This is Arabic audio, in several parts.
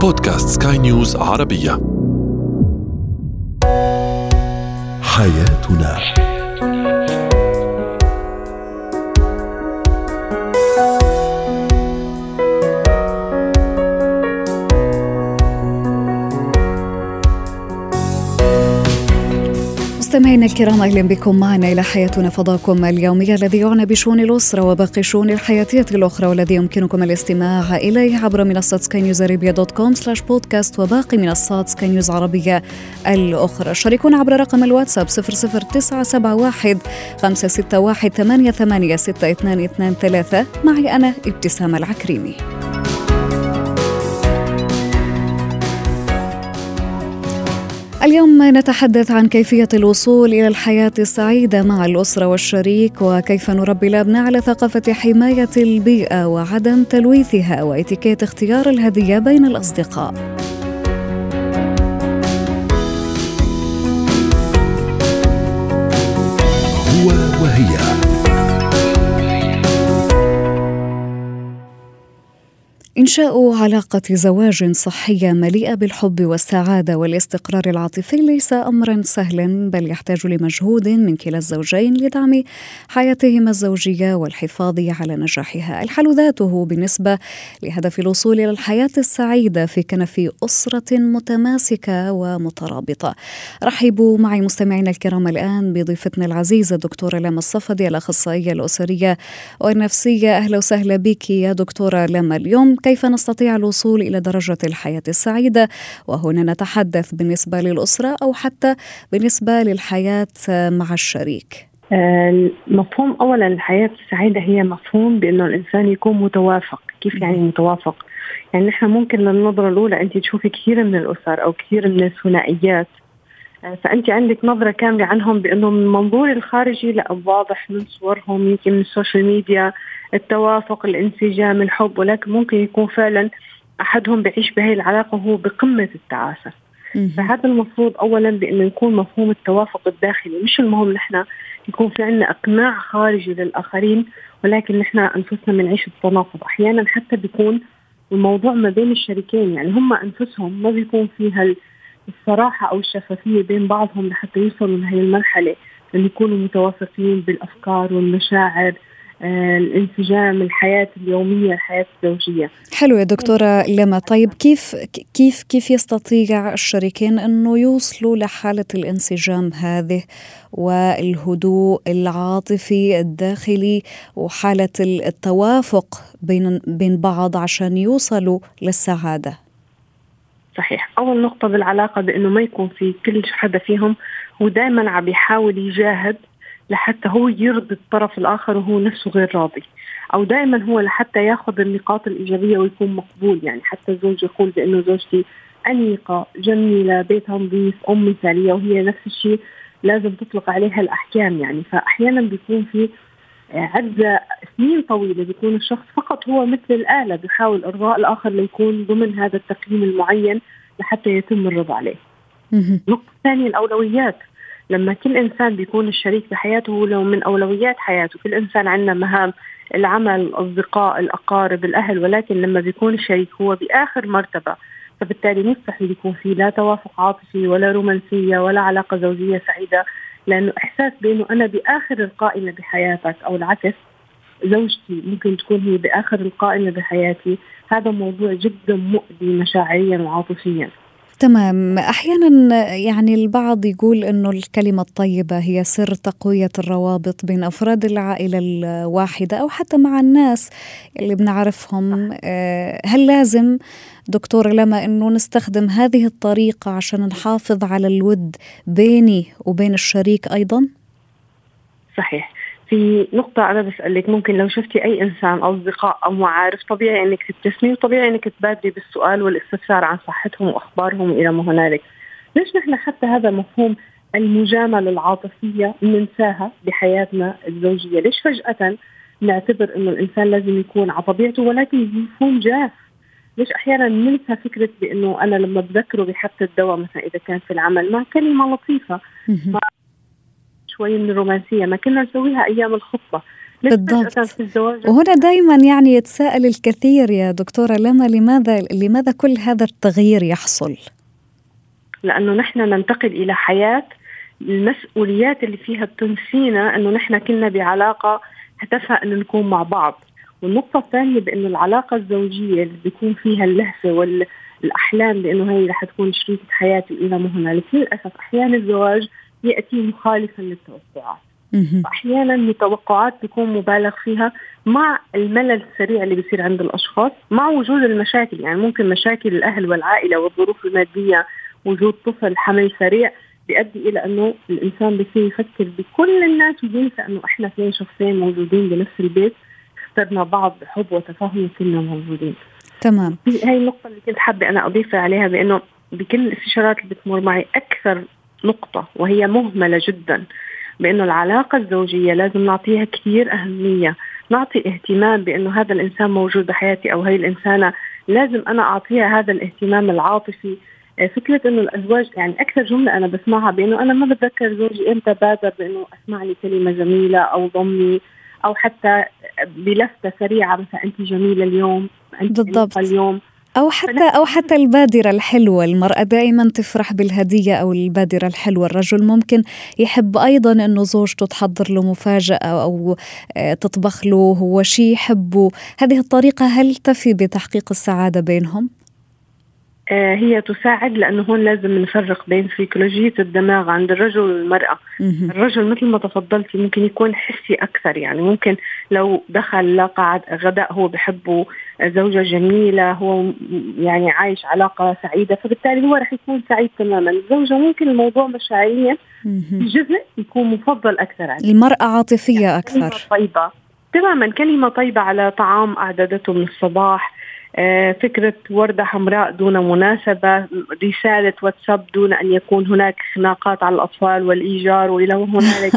بودكاست سكاي نيوز عربية. حياتنا. مستمعينا الكرام، أهلا بكم معنا إلى حياتنا، فضاؤكم اليومي الذي يعنى بشؤون الأسرة وباقي الشؤون الحياتية الأخرى، والذي يمكنكم الاستماع إليه عبر منصة skynewsarabia.com/podcast وباقي منصات سكاي نيوز عربية الأخرى. شاركونا عبر رقم الواتساب 00971 561 886223. معي أنا ابتسام العكريمي. اليوم نتحدث عن كيفية الوصول إلى الحياة السعيدة مع الأسرة والشريك، وكيف نربي الأبناء على ثقافة حماية البيئة وعدم تلويثها، وإتيكيت اختيار الهدية بين الأصدقاء. هو وهي. إنشاء علاقة زواج صحية مليئة بالحب والسعادة والاستقرار العاطفي ليس أمرا سهلا، بل يحتاج لمجهود من كلا الزوجين لدعم حياتهما الزوجية والحفاظ على نجاحها. الحل ذاته بالنسبة لهدف الوصول إلى الحياة السعيدة في كنف أسرة متماسكة ومترابطة. رحبوا معي مستمعينا الكرام الآن بضيفتنا العزيزة دكتورة لما الصفدي، الأخصائية الأسرية والنفسية. أهلا وسهلا بك يا دكتورة لما. اليوم كيف نستطيع الوصول إلى درجة الحياة السعيدة؟ وهنا نتحدث بالنسبة للأسرة أو حتى بالنسبة للحياة مع الشريك. مفهوم أولا الحياة السعيدة هي مفهوم بأنه الإنسان يكون متوافق. كيف يعني متوافق؟ يعني نحن ممكن للنظرة الأولى أنت تشوفي كثير من الأسر أو كثير من الثنائيات، فأنت عندك نظرة كاملة عنهم بأنه من منظور الخارجي لا واضح من صورهم، يمكن من السوشيال ميديا، التوافق، الانسجام، الحب، ولكن ممكن يكون فعلا أحدهم بعيش بهذه العلاقة وهو بقمة التعاسة. فهذا المفروض أولا بأنه يكون مفهوم التوافق الداخلي، مش المهم نحن يكون في عندنا إقناع خارجي للآخرين، ولكن نحن أنفسنا بنعيش التناقض. أحيانا حتى بيكون الموضوع ما بين الشريكين، يعني هم أنفسهم ما بيكون فيها الصراحة أو الشفافية بين بعضهم لحتى يوصلوا لهي المرحلة أن يكونوا متوافقين بالأفكار والمشاعر، الانسجام، الحياة اليومية، الحياة الزوجية. حلو يا دكتورة لما. طيب كيف يستطيع الشريكين أنه يوصلوا لحالة الانسجام هذه والهدوء العاطفي الداخلي وحالة التوافق بين بعض عشان يوصلوا للسعادة؟ صحيح. أول نقطة بالعلاقة بأنه ما يكون في كل حدا فيهم هو دائما عم يحاول يجاهد لحتى هو يرضي الطرف الآخر وهو نفسه غير راضي، أو دائما هو لحتى ياخذ النقاط الإيجابية ويكون مقبول. يعني حتى الزوج يقول بأنه زوجتي أنيقة، جميلة، بيتها نظيف، أم مثالية، وهي نفس الشيء لازم تطلق عليها الأحكام. يعني فأحيانا بيكون في عدة سنين طويلة بيكون الشخص فقط هو مثل الآلة بيحاول إرضاء الآخر ليكون ضمن هذا التقييم المعين لحتى يتم الرضا عليه. النقطة الثانية الأولويات. لما كل إنسان بيكون الشريك بحياته لو من أولويات حياته، كل إنسان عندنا مهام، العمل، الأصدقاء، الأقارب، الأهل، ولكن لما بيكون الشريك هو بآخر مرتبة، فبالتالي مستحيل يكون فيه لا توافق عاطفي ولا رومانسية ولا علاقة زوجية سعيدة، لأنه إحساس بأنه أنا بآخر القائمة بحياتك، أو العكس زوجتي ممكن تكون هي بآخر القائمة بحياتي. هذا موضوع جدا مؤذي مشاعريا وعاطفيا. تمام. أحيانا يعني البعض يقول أنه الكلمة الطيبة هي سر تقوية الروابط بين أفراد العائلة الواحدة أو حتى مع الناس اللي بنعرفهم. هل لازم دكتور لما أنه نستخدم هذه الطريقة عشان نحافظ على الود بيني وبين الشريك أيضا؟ صحيح. في نقطة أنا بسألك، ممكن لو شفتي أي إنسان أو أصدقاء أو معارف طبيعي أنك تبتسمي وطبيعي أنك تبادري بالسؤال والاستفسار عن صحتهم وأخبارهم إلى ما هنالك. ليش نحن حتى هذا مفهوم المجاملة العاطفية ننساها بحياتنا الزوجية؟ ليش فجأة نعتبر أنه الإنسان لازم يكون على طبيعته ولكن يكون جاف؟ ليش أحيانا ننسى فكرة بأنه أنا لما بذكره بحط الدواء مثلا إذا كان في العمل مع كلمة لطيفة، شوي من الرومانسية، ما كنا نسويها أيام الخطبة، بالضبط. في الزواج. وهنا دائما يعني يتساءل الكثير يا دكتورة لما لماذا كل هذا التغيير يحصل؟ لأنه نحن ننتقل إلى حياة المسؤوليات اللي فيها بتنسينا أنه نحن كنا بعلاقة هدفها أنه نكون مع بعض. والنقطة الثانية بأنه العلاقة الزوجية اللي بيكون فيها اللهفة والأحلام بأنه هي رح تكون شريكة حياتي إلى ما هنالك، للأسف أحيانا الزواج يأتي مخالفا للتوقعات. أحيانا التوقعات تكون مبالغ فيها مع الملل السريع اللي بيصير عند الأشخاص، مع وجود المشاكل. يعني ممكن مشاكل الأهل والعائلة والظروف المادية، وجود طفل، حمل سريع، بيؤدي إلى أنه الإنسان بيصير يفكر بكل الناس وينسى أنه إحنا اثنين شخصين موجودين بنفس البيت، اخترنا بعض بحب وتفاهم وكلنا موجودين. تمام. هاي النقطة اللي كنت حابة أنا أضيف عليها، بأنه بكل الاستشارات اللي بتمر معي أكثر نقطة وهي مهملة جدا، بأنه العلاقة الزوجية لازم نعطيها كثير أهمية، نعطي اهتمام بأنه هذا الإنسان موجود بحياتي أو هاي الإنسانة لازم أنا أعطيها هذا الاهتمام العاطفي. فكرة إنه الأزواج، يعني أكثر جملة أنا بسمعها بأنه أنا ما بتذكر زوجي إمتى بادر بأنه أسمع لي كلمة جميلة أو ضمني، أو حتى بلفتة سريعة مثلا أنت جميلة اليوم، أنت بالضبط. اليوم، أو حتى البادرة الحلوة. المرأة دائما تفرح بالهدية أو البادرة الحلوة. الرجل ممكن يحب أيضا أنه زوجته تحضر له مفاجأة أو تطبخ له هو شيء يحبه. هذه الطريقة هل تفي بتحقيق السعادة بينهم؟ هي تساعد، لأنه هون لازم نفرق بين سيكولوجية الدماغ عند الرجل والمرأة. الرجل مثل ما تفضلتي ممكن يكون حسي أكثر، يعني ممكن لو دخل لقعة غداء هو بحبه، زوجة جميلة، هو يعني عايش علاقة سعيدة، فبالتالي هو رح يكون سعيد تماما. الزوجة ممكن الموضوع مشاعريا جزء يكون مفضل أكثر عليه. المرأة عاطفية يعني أكثر. كلمة طيبة تماما، كلمة طيبة على طعام أعددته من الصباح، فكرة وردة حمراء دون مناسبة، رسالة واتساب دون أن يكون هناك خناقات على الأطفال والإيجار وإلى هنالك.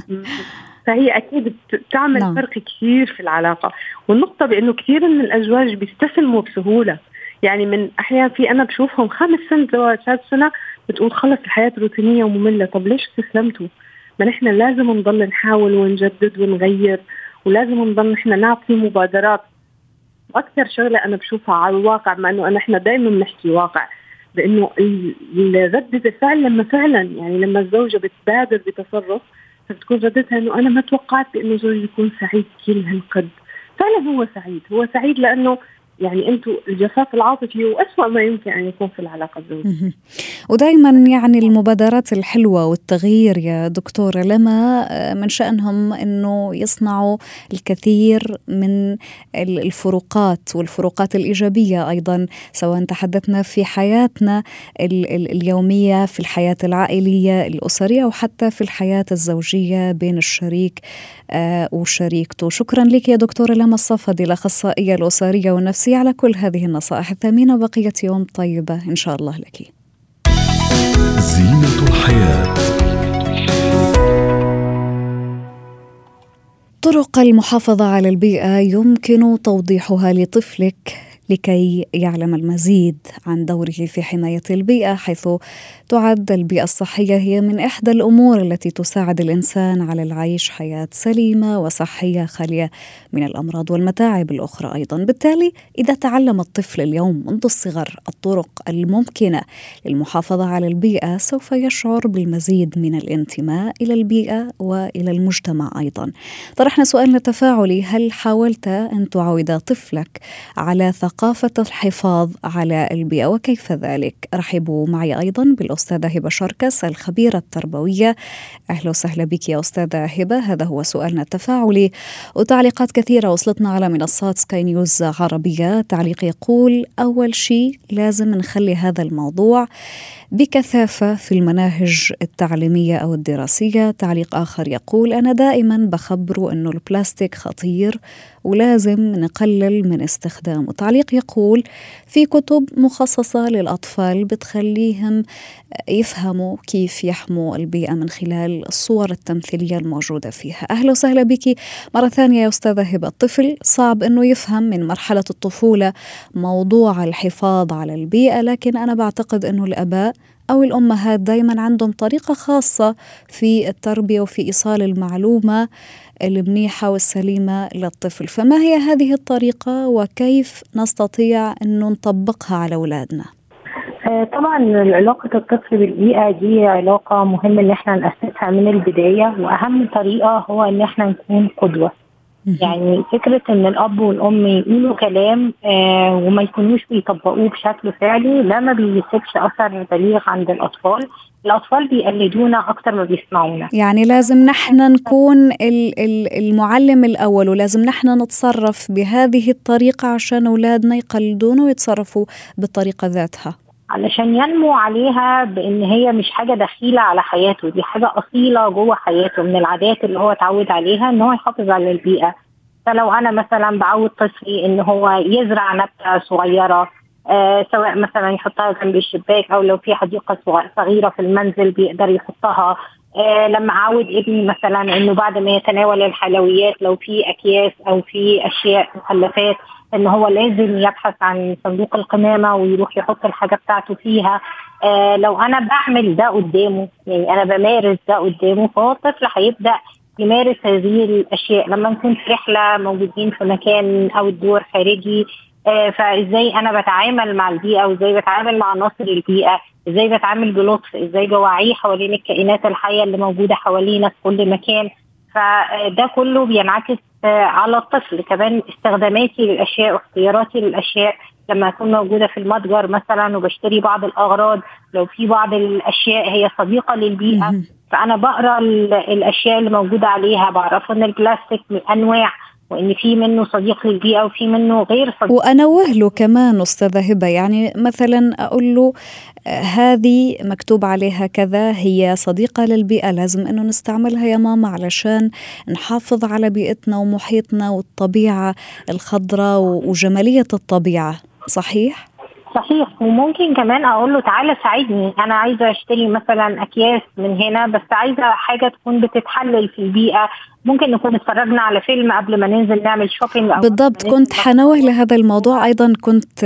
فهي أكيد بتعمل فرق كثير في العلاقة. والنقطة بأنه كثير من الأزواج بيستسلموا بسهولة، يعني من أحيان في أنا بشوفهم 5 سنة زواج، 6 سنة بتقول خلص الحياة روتينية ومملة. طب ليش استسلمتوا؟ ما نحن لازم نضل نحاول ونجدد ونغير، ولازم نضل نحن نعطي مبادرات. أكثر شغلة أنا بشوفها على الواقع، مع أنه إحنا دائما بنحكي واقع، بأنه ردة الفعل لما فعلا يعني لما الزوجة بتبادر بتصرف فبتكون ردتها أنه أنا ما توقعت بأنه زوجي يكون سعيد كل هالقد. فعلا هو سعيد لأنه يعني أنتوا الجفاف العاطفي هو أسوأ ما يمكن أن يكون في العلاقة الزوجية. ودائما يعني المبادرات الحلوة والتغيير يا دكتورة لما من شأنهم أنه يصنعوا الكثير من الفروقات والفروقات الإيجابية أيضا، سواء تحدثنا في حياتنا اليومية، في الحياة العائلية الأسرية، وحتى في الحياة الزوجية بين الشريك وشريكته. شكرا لك يا دكتورة لما الصفدي، الأخصائية الأسرية والنفسية، على كل هذه النصائح الثمينة. بقية يوم طيبة إن شاء الله لك. زينة الحياة. طرق المحافظة على البيئة يمكن توضيحها لطفلك لكي يعلم المزيد عن دوره في حماية البيئة، حيث تعد البيئة الصحية هي من إحدى الأمور التي تساعد الإنسان على العيش حياة سليمة وصحية خالية من الأمراض والمتاعب الأخرى أيضا. بالتالي إذا تعلم الطفل اليوم منذ الصغر الطرق الممكنة للمحافظة على البيئة، سوف يشعر بالمزيد من الانتماء إلى البيئة وإلى المجتمع أيضا. طرحنا سؤالنا التفاعلي: هل حاولت أن تعود طفلك على ثقافة الحفاظ على البيئة، وكيف ذلك؟ رحبوا معي أيضا بالأستاذة هبة شركس الخبيرة التربوية. أهلا وسهلا بك يا أستاذة هبة. هذا هو سؤالنا التفاعلي، وتعليقات كثيرة وصلتنا على منصات سكاي نيوز عربية. تعليق يقول: أول شيء لازم نخلي هذا الموضوع بكثافة في المناهج التعليمية أو الدراسية. تعليق آخر يقول: أنا دائما بخبره أنه البلاستيك خطير ولازم نقلل من استخدامه. تعليق يقول: في كتب مخصصة للأطفال بتخليهم يفهموا كيف يحموا البيئة من خلال الصور التمثيلية الموجودة فيها. أهلا وسهلا بك مرة ثانية يا أستاذة هبة. الطفل صعب أنه يفهم من مرحلة الطفولة موضوع الحفاظ على البيئة، لكن أنا بعتقد أنه الآباء أو الأمهات دايما عندهم طريقة خاصة في التربية وفي إيصال المعلومة المنيحة والسليمة للطفل، فما هي هذه الطريقة وكيف نستطيع أن نطبقها على أولادنا؟ طبعا علاقة الطفل بالبيئة دي علاقة مهمة ان احنا نأسسها من البداية، واهم طريقة هو ان احنا نكون قدوة. يعني فكرة ان الاب والام يقولوا كلام وما يكونوش بيطبقوه بشكل فعلي، ده ما بيسيبش اثر بليغ عند الاطفال بيقلدونا اكتر ما بيسمعونا. يعني لازم نحن نكون المعلم الاول، ولازم نحن نتصرف بهذه الطريقة عشان اولادنا يقلدون ويتصرفوا بالطريقة ذاتها، علشان ينمو عليها بان هي مش حاجة دخيلة على حياته، دي حاجة اصيلة جوه حياته من العادات اللي هو اتعود عليها ان هو يحافظ على البيئة. فلو انا مثلا بعود طفلي ان هو يزرع نبتة صغيرة، سواء مثلا يحطها جنب الشباك او لو في حديقة صغيرة في المنزل بيقدر يحطها. لما اعود ابني مثلا انه بعد ما يتناول الحلويات لو في اكياس او في اشياء مخلفات ان هو لازم يبحث عن صندوق القمامة ويروح يحط الحاجة بتاعته فيها. لو انا بعمل ده قدامه، يعني انا بمارس ده قدامه، فهو الطفل هيبدأ يمارس هذه الاشياء. لما نكون في رحلة موجودين في مكان او الدور خارجي، فازاي انا بتعامل مع البيئة وازاي بتعامل مع عناصر البيئة، ازاي بتعامل بلطف، ازاي بوعيه حوالين الكائنات الحية اللي موجودة حوالينا في كل مكان. فده كله بينعكس على الطفل. كمان استخداماتي للأشياء واختياراتي للأشياء، لما أكون موجودة في المتجر مثلا وبشتري بعض الأغراض، لو في بعض الأشياء هي صديقة للبيئة فأنا بقرأ الأشياء اللي موجودة عليها، بعرف أن البلاستيك من أنواع وإن في منه صديق للبيئة وفي منه غير صديق. وأنوه له كمان أستاذة هبة، يعني مثلا أقول له هذه مكتوب عليها كذا، هي صديقة للبيئة، لازم أنه نستعملها يا ماما علشان نحافظ على بيئتنا ومحيطنا والطبيعة الخضراء وجمالية الطبيعة. صحيح؟ صحيح. وممكن كمان اقول له تعالى ساعدني، انا عايزه اشتري مثلا اكياس من هنا بس عايزه حاجه تكون بتتحلل في البيئه. ممكن نكون اتفرجنا على فيلم قبل ما ننزل نعمل شوبينج. بالضبط، كنت حنوه لهذا الموضوع أيضا، كنت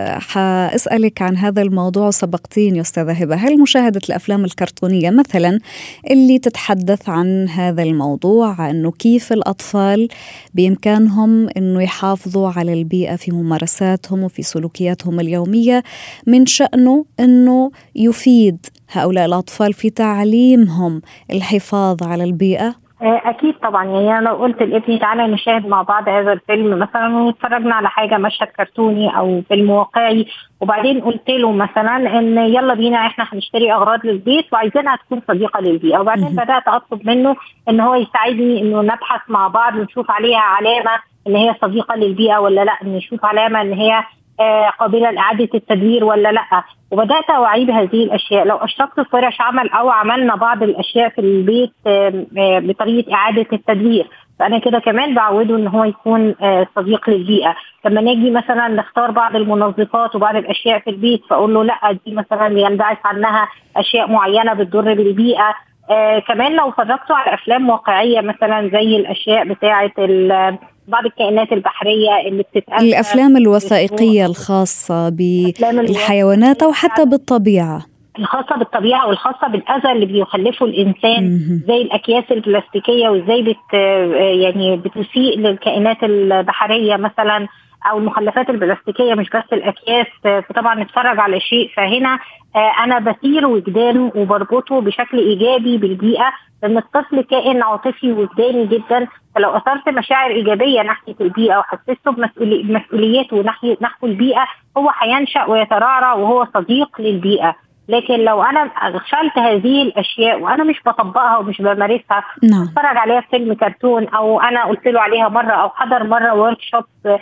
حأسألك عن هذا الموضوع وسبقتين يا أستاذة هبة. هل مشاهدة الأفلام الكرتونية مثلا اللي تتحدث عن هذا الموضوع، أنه كيف الأطفال بإمكانهم أنه يحافظوا على البيئة في ممارساتهم وفي سلوكياتهم اليومية، من شأنه أنه يفيد هؤلاء الأطفال في تعليمهم الحفاظ على البيئة؟ أكيد طبعا. يعني أنا لو قلت لابني تعالى نشاهد مع بعض هذا الفيلم مثلا واتفرجنا على حاجة مشهد كرتوني أو فيلم واقعي، وبعدين قلت له مثلا إن يلا بينا إحنا هنشتري أغراض للبيت وعايزينها تكون صديقة للبيئة، وبعدين بدأت أطلب منه إن هو يساعدني إنه نبحث مع بعض ونشوف عليها علامة إن هي صديقة للبيئة ولا لا، نشوف علامة إن هي قابلة لإعادة التدوير ولا لا. وبدأت أوعي بهذه الأشياء. لو أشركت في ورش عمل أو عملنا بعض الأشياء في البيت بطريقة إعادة التدوير، فأنا كده كمان بعوده إن هو يكون صديق للبيئة. لما نيجي مثلا نختار بعض المنظفات وبعض الأشياء في البيت فأقول له لا دي مثلا ينبعث عنها أشياء معينة بتضر بالبيئة. كمان لو فرجته على أفلام واقعية مثلا زي الأشياء بتاعة بعض الكائنات البحرية اللي بتتأذى، الأفلام الوثائقية الخاصة بالحيوانات أو حتى بالطبيعة، الخاصة بالطبيعة والخاصة بالأذى اللي بيخلفه الإنسان، زي الأكياس البلاستيكية وإزاي يعني بتسيء للكائنات البحرية مثلا، أو المخلفات البلاستيكية مش بس الأكياس. فطبعا نتفرج على شيء، فهنا أنا بثير وجدانه وبربطه بشكل إيجابي بالبيئة، لأن الطفل كائن عاطفي وجداني جدا. فلو أثرت مشاعر إيجابية ناحية البيئة وحسسته بمسؤوليته نحو البيئة، هو هينشأ ويترعرع وهو صديق للبيئة. لكن لو أنا شلت هذه الأشياء وأنا مش بطبقها ومش بمارسها، اتفرج عليها في فيلم كرتون أو أنا قلت له عليها مرة أو حضر مرة وركشوب،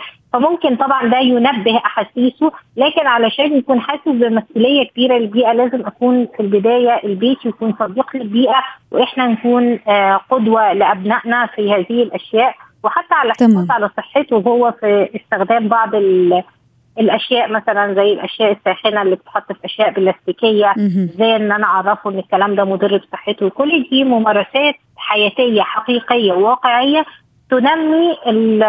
فممكن طبعا ده ينبه أحاسيسه. لكن علشان يكون حاسس بمسؤولية كبيرة للبيئة لازم أكون في البداية البيت يكون صديق للبيئة، وإحنا نكون قدوة لأبنائنا في هذه الأشياء، وحتى على صحته هو في استخدام بعض الاشياء مثلا زي الاشياء الساخنه اللي بتحط في اشياء بلاستيكيه، زي ان انا اعرفه ان الكلام ده مضر بصحته. كل دي ممارسات حياتيه حقيقيه واقعيه تنمي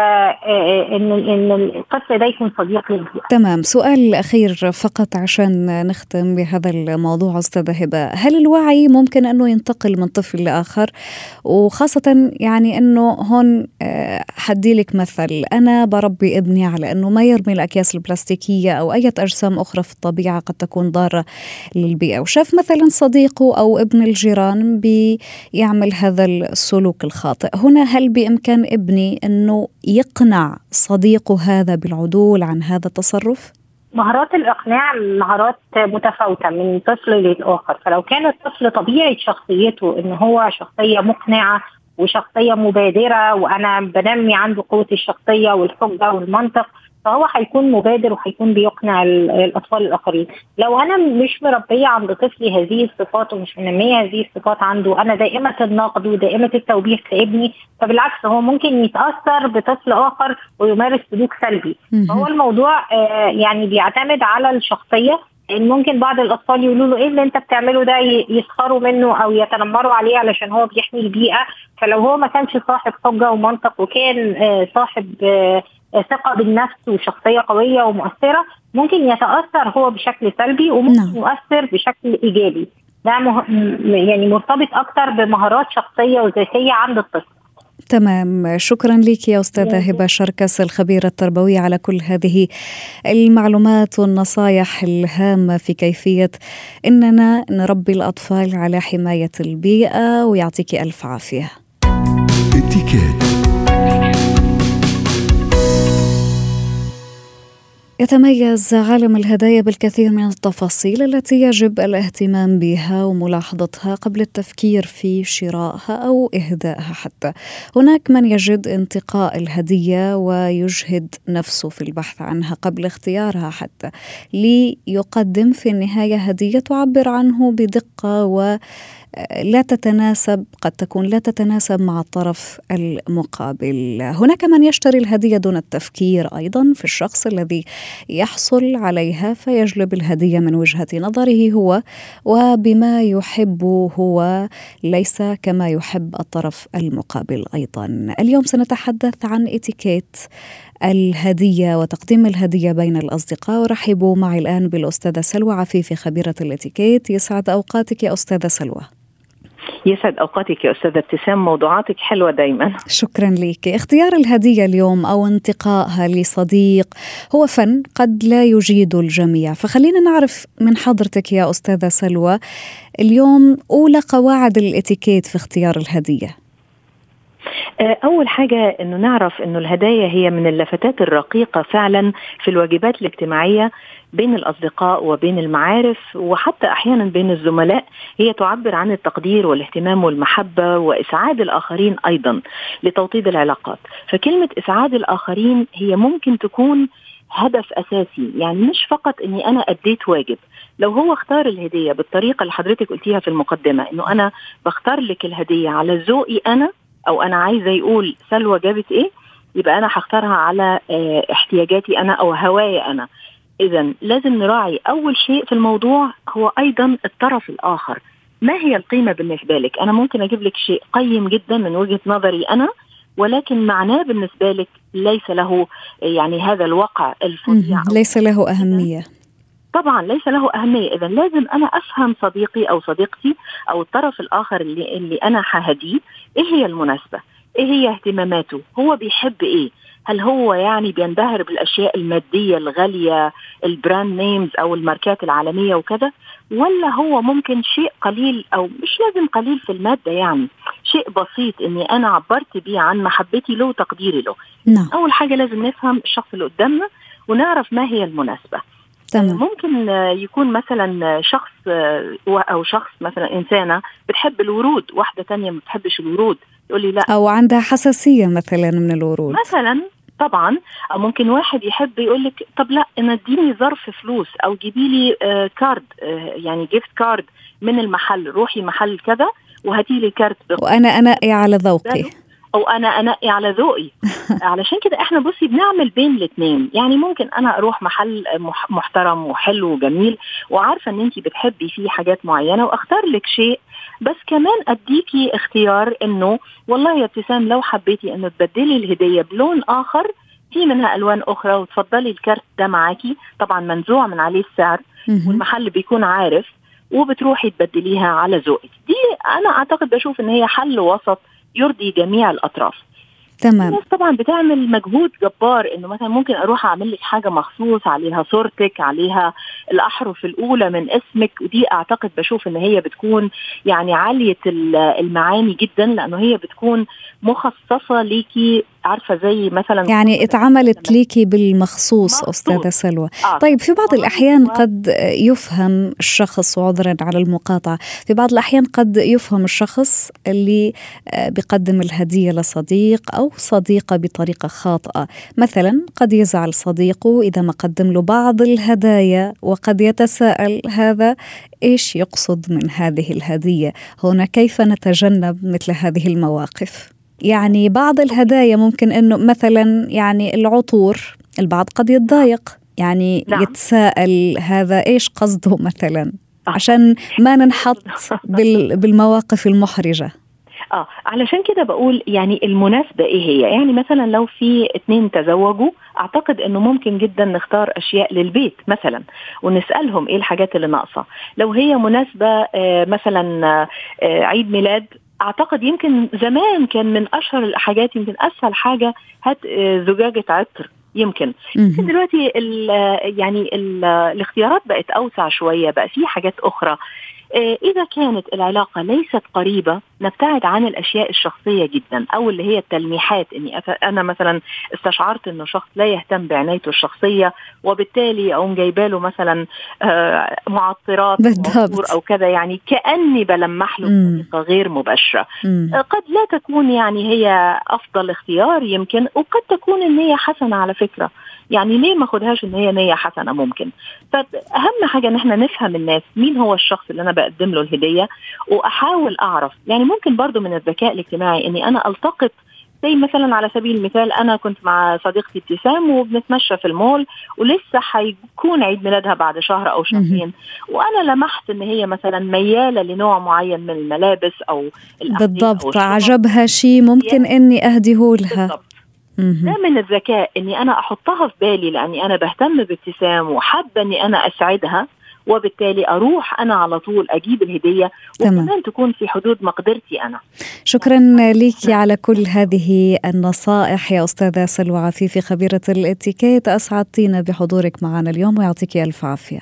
ان الطفل ده يكون صديق للبيئة. تمام. سؤال أخير فقط عشان نختم بهذا الموضوع أستاذة هبة، هل الوعي ممكن أنه ينتقل من طفل لآخر؟ وخاصة يعني أنه هون حدي لك مثل، أنا بربي ابني على أنه ما يرمي الأكياس البلاستيكية أو أي أجسام أخرى في الطبيعة قد تكون ضارة للبيئة، وشاف مثلا صديقه أو ابن الجيران بيعمل هذا السلوك الخاطئ. هنا هل بإمكان ابني أنه يقنع صديقه هذا بالعدول عن هذا التصرف؟ مهارات الإقناع مهارات متفاوتة من طفل للآخر، فلو كان الطفل طبيعة شخصيته إن هو شخصية مقنعة وشخصية مبادرة وأنا بنمي عنده قوة الشخصية والحجة والمنطق، فهو هيكون مبادر وهيكون بيقنع الأطفال الآخرين. لو أنا مش مربية عند طفلي هذه الصفات ومش منمية هذه الصفات عنده، أنا دائمة النقد ودائمة التوبيخ لابني، فبالعكس هو ممكن يتأثر بطفل آخر ويمارس سلوك سلبي. فهو الموضوع يعني بيعتمد على الشخصية. إن ممكن بعض الأطفال يقولوا له إيه اللي أنت بتعمله ده، يسخروا منه أو يتنمروا عليه علشان هو بيحمي البيئة. فلو هو ما كانش صاحب حجة ومنطق وكان صاحب ثقة بالنفس وشخصية قوية ومؤثرة، ممكن يتأثر هو بشكل سلبي وممكن يؤثر بشكل إيجابي. ده يعني مرتبط أكتر بمهارات شخصية وذاتية عند الطفل. تمام. شكرا لك يا أستاذة هبة شركس الخبيرة التربوية على كل هذه المعلومات والنصائح الهامة في كيفية أننا نربي الأطفال على حماية البيئة، ويعطيك ألف عافية. يتميز عالم الهدايا بالكثير من التفاصيل التي يجب الاهتمام بها وملاحظتها قبل التفكير في شرائها أو إهدائها. حتى هناك من يجد انتقاء الهدية ويجهد نفسه في البحث عنها قبل اختيارها، حتى ليقدم في النهاية هدية تعبر عنه بدقة لا تتناسب، قد تكون لا تتناسب مع الطرف المقابل. هناك من يشتري الهدية دون التفكير أيضا في الشخص الذي يحصل عليها، فيجلب الهدية من وجهة نظره هو وبما يحبه هو، ليس كما يحب الطرف المقابل. أيضا اليوم سنتحدث عن إتيكيت الهدية وتقديم الهدية بين الأصدقاء. ورحبوا معي الآن بالأستاذة سلوى عفيفي خبيرة الإتيكيت. يسعد أوقاتك يا أستاذة سلوى. يسعد أوقاتك يا أستاذة ابتسام، موضوعاتك حلوة دايما. شكرا لك. اختيار الهدية اليوم أو انتقائها لصديق هو فن قد لا يجيد الجميع، فخلينا نعرف من حضرتك يا أستاذة سلوى اليوم أولى قواعد الإتيكيت في اختيار الهدية. أول حاجة أنه نعرف أنه الهدايا هي من اللفتات الرقيقة فعلا في الواجبات الاجتماعية بين الأصدقاء وبين المعارف وحتى أحيانا بين الزملاء. هي تعبر عن التقدير والاهتمام والمحبة وإسعاد الآخرين أيضا لتوطيد العلاقات. فكلمة إسعاد الآخرين هي ممكن تكون هدف أساسي، يعني مش فقط أني أنا أديت واجب. لو هو اختار الهدية بالطريقة اللي حضرتك قلتيها في المقدمة، أنه أنا بختار لك الهدية على ذوقي أنا، أو أنا عايزة يقول سلوى جابت إيه، يبقى أنا هختارها على احتياجاتي أنا أو هواية أنا. إذن لازم نراعي أول شيء في الموضوع هو أيضا الطرف الآخر. ما هي القيمة بالنسبة لك؟ أنا ممكن أجيب لك شيء قيم جدا من وجهة نظري أنا، ولكن معناه بالنسبة لك ليس له يعني هذا الوقع الفظيع، ليس له أهمية. طبعا ليس له أهمية. إذن لازم أنا أفهم صديقي أو صديقتي أو الطرف الآخر اللي أنا ههديه إيه هي المناسبة، إيه هي اهتماماته، هو بيحب إيه. هل هو يعني بينبهر بالأشياء المادية الغالية، البراند نيمز أو الماركات العالمية وكذا، ولا هو ممكن شيء قليل أو مش لازم قليل في المادة، يعني شيء بسيط إني أنا عبرت بيه عن محبتي له وتقديري له. أول حاجة لازم نفهم الشخص اللي قدامنا ونعرف ما هي المناسبة. ممكن يكون مثلا شخص أو شخص مثلا إنسانة بتحب الورود، واحدة تانية ما بتحبش الورود، يقول لي لا، أو عندها حساسية مثلا من الورود مثلا. طبعا أو ممكن واحد يحب يقول لك طب لا أنا اديني ظرف فلوس أو جيبي لي كارد، يعني جيفت كارد من المحل، روحي محل كذا وهاتي لي كارت وأنا على ذوقي. او انا انقي على ذوقي. علشان كده احنا بصي بنعمل بين الاثنين. يعني ممكن انا اروح محل محترم وحلو وجميل وعارفه ان انتي بتحبي فيه حاجات معينه واختار لك شيء، بس كمان اديكي اختيار انه والله يا ابتسام لو حبيتي انه تبدلي الهديه بلون اخر، في منها الوان اخرى، وتفضلي الكارت ده معاكي، طبعا منزوع من عليه السعر والمحل بيكون عارف، وبتروحي تبدليها على ذوقك. دي انا اعتقد بشوف ان هي حل وسط يرضي جميع الاطراف. تمام. الناس طبعا بتعمل مجهود جبار، انه مثلا ممكن اروح اعمل لك حاجه مخصوص عليها صورتك، عليها الاحرف الاولى من اسمك، ودي اعتقد بشوف ان هي بتكون يعني عاليه المعاني جدا، لانه هي بتكون مخصصه ليكي، عارفه زي مثلا يعني اتعملت ليكي بالمخصوص أستاذة سلوى. طيب في بعض الأحيان قد يفهم الشخص، وعذرا على المقاطعة، في بعض الأحيان قد يفهم الشخص اللي بيقدم الهدية لصديق أو صديقة بطريقة خاطئة. مثلا قد يزعل صديقه إذا ما قدم له بعض الهدايا، وقد يتساءل هذا إيش يقصد من هذه الهدية؟ هنا كيف نتجنب مثل هذه المواقف؟ يعني بعض الهدايا ممكن أنه مثلا يعني العطور، البعض قد يتضايق، يعني نعم. يتساءل هذا إيش قصده مثلا، عشان ما ننحط بالمواقف المحرجة. علشان كده بقول يعني المناسبة ايه هي. يعني مثلا لو في 2 تزوجوا، اعتقد انه ممكن جدا نختار اشياء للبيت مثلا ونسألهم ايه الحاجات اللي ناقصة. لو هي مناسبة مثلا عيد ميلاد، اعتقد يمكن زمان كان من اشهر الحاجات، يمكن اسهل حاجة هات زجاجة عطر. يمكن دلوقتي الاختيارات بقت اوسع شوية، بقى في حاجات اخرى. إذا كانت العلاقة ليست قريبة، نبتعد عن الأشياء الشخصية جدا، أو اللي هي التلميحات، إني أنا مثلا استشعرت إنه شخص لا يهتم بعنايته الشخصية، وبالتالي أقوم جايباله مثلا معطرات أو كذا، يعني كأني بلمح له بطريقة غير مباشرة. قد لا تكون يعني هي أفضل اختيار يمكن، وقد تكون النية حسنة على فكرة. يعني ليه ما خدهاش ان هي نية حسنة ممكن. فأهم حاجة ان احنا نفهم الناس، مين هو الشخص اللي انا بقدم له الهدية، واحاول اعرف. يعني ممكن برضو من الذكاء الاجتماعي اني انا التقط، زي مثلا على سبيل المثال انا كنت مع صديقتي ابتسام وبنتمشى في المول، ولسه هيكون عيد ميلادها بعد شهر او شهرين، وانا لمحت ان هي مثلا ميالة لنوع معين من الملابس او بالضبط، عجبها شيء ممكن اني اهديه لها. بالضبط. ده من الذكاء اني انا احطها في بالي، لاني انا بهتم بابتسام وحابه اني انا اسعدها، وبالتالي اروح انا على طول اجيب الهديه، وكمان تكون في حدود مقدرتي انا. شكرا لك على كل هذه النصائح يا استاذه سلوى عفيفي، خبيره الاتيكيت. اسعدتينا بحضورك معنا اليوم، ويعطيك الف عافيه.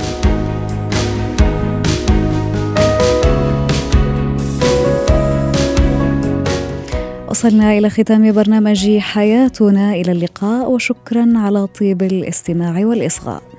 وصلنا إلى ختام برنامج حياتنا. إلى اللقاء، وشكرا على طيب الاستماع والإصغاء.